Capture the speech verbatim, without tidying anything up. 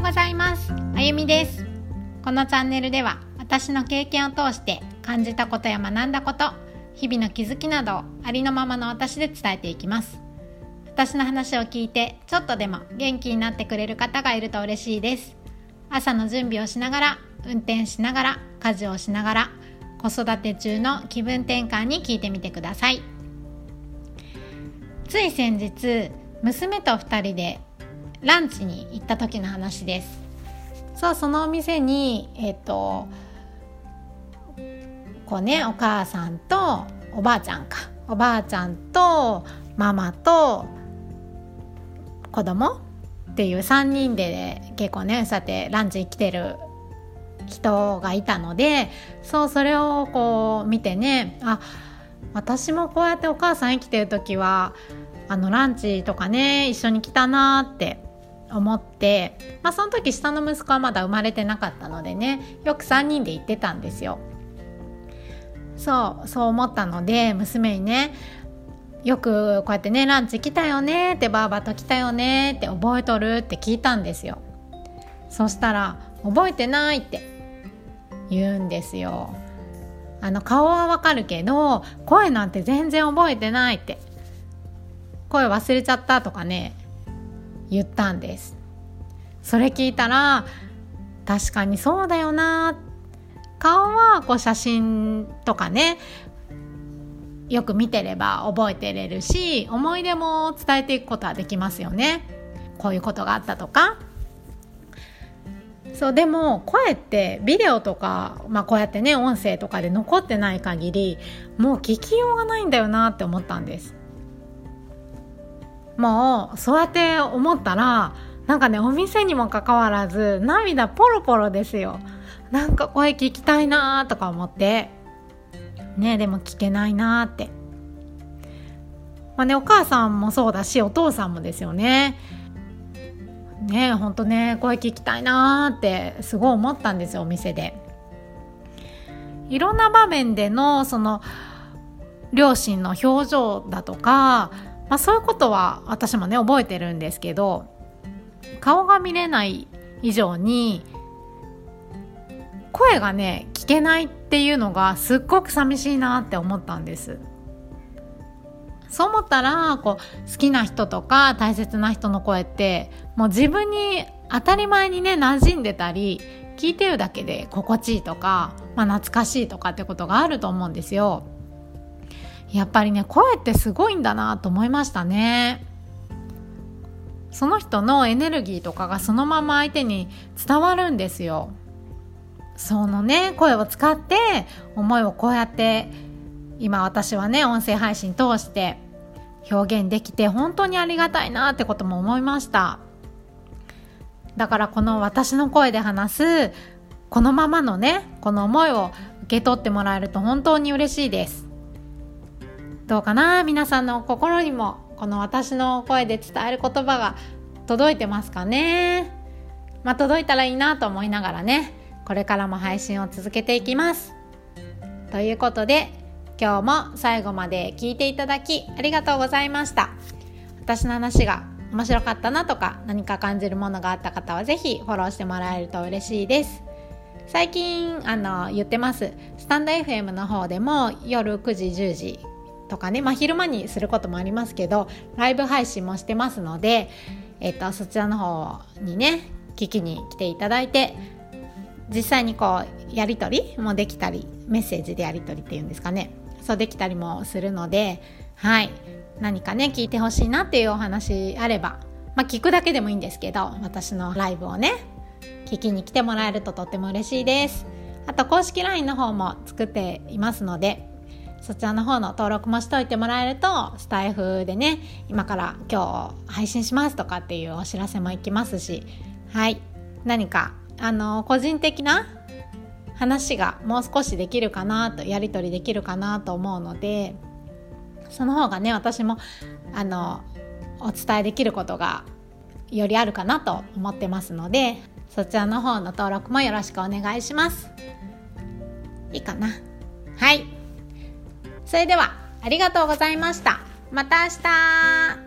ございます。あゆみです。このチャンネルでは私の経験を通して感じたことや学んだこと、日々の気づきなどをありのままの私で伝えていきます。私の話を聞いてちょっとでも元気になってくれる方がいると嬉しいです。朝の準備をしながら、運転しながら、家事をしながら、子育て中の気分転換に聞いてみてください。つい先日、娘とふたりでランチに行った時の話です。そう、そのお店にえっとこうね、お母さんとおばあちゃんかおばあちゃんとママと子供っていうさんにんで結構ね、そうやってランチに来てる人がいたので、そうそれをこう見てね、あ、私もこうやってお母さん生きてる時はあのランチとかね一緒に来たなって思って、まあ、その時下の息子はまだ生まれてなかったのでね、よくさんにんで行ってたんですよ。そうそう思ったので、娘にね、よくこうやってねランチ来たよねって、ばあばと来たよねって覚えとるって聞いたんですよ。そしたら覚えてないって言うんですよ。あの顔はわかるけど声なんて全然覚えてないって、声忘れちゃったとかね言ったんです。それ聞いたら確かにそうだよな、顔はこう写真とかねよく見てれば覚えてれるし、思い出も伝えていくことはできますよね。こういうことがあったとか。そう、でも声ってビデオとか、まあ、こうやってね音声とかで残ってない限りもう聞きようがないんだよなって思ったんです。もうそうやって思ったら、なんかね、お店にもかかわらず涙ポロポロですよ。なんか声聞きたいなとか思ってね、でも聞けないなって、まあね、お母さんもそうだしお父さんもですよね。ね、ほんとね、声聞きたいなってすごい思ったんですよ。お店でいろんな場面でのその両親の表情だとか、まあ、そういうことは私もね覚えてるんですけど、顔が見れない以上に声がね聞けないっていうのがすっごく寂しいなって思ったんです。そう思ったら、こう好きな人とか大切な人の声ってもう自分に当たり前にね馴染んでたり、聞いてるだけで心地いいとか、まあ、懐かしいとかってことがあると思うんですよ。やっぱりね、声ってすごいんだなと思いましたね。その人のエネルギーとかがそのまま相手に伝わるんですよ。そのね声を使って思いをこうやって今私はね音声配信通して表現できて本当にありがたいなってことも思いました。だからこの私の声で話すこのままのねこの思いを受け取ってもらえると本当に嬉しいです。どうかな、皆さんの心にもこの私の声で伝える言葉が届いてますかね。まあ届いたらいいなと思いながらね、これからも配信を続けていきます。ということで今日も最後まで聞いていただきありがとうございました。私の話が面白かったなとか何か感じるものがあった方はぜひフォローしてもらえると嬉しいです。最近あの言ってます、スタンド エフエム の方でも夜くじじゅうじとかね、まあ、昼間にすることもありますけどライブ配信もしてますので、えっと、そちらの方にね聞きに来ていただいて、実際にこうやり取りもできたり、メッセージでやり取りっていうんですかね、そうできたりもするので、はい、何かね聞いてほしいなっていうお話あれば、まあ、聞くだけでもいいんですけど私のライブをね聞きに来てもらえるととっても嬉しいです。あと公式 ライン の方も作っていますので、そちらの方の登録もしておいてもらえると、スタイフでね今から今日配信しますとかっていうお知らせもいきますし、はい、何かあの個人的な話がもう少しできるかなと、やり取りできるかなと思うので、その方がね私もあのお伝えできることがよりあるかなと思ってますので、そちらの方の登録もよろしくお願いします。いいかな。はい、それではありがとうございました。また明日。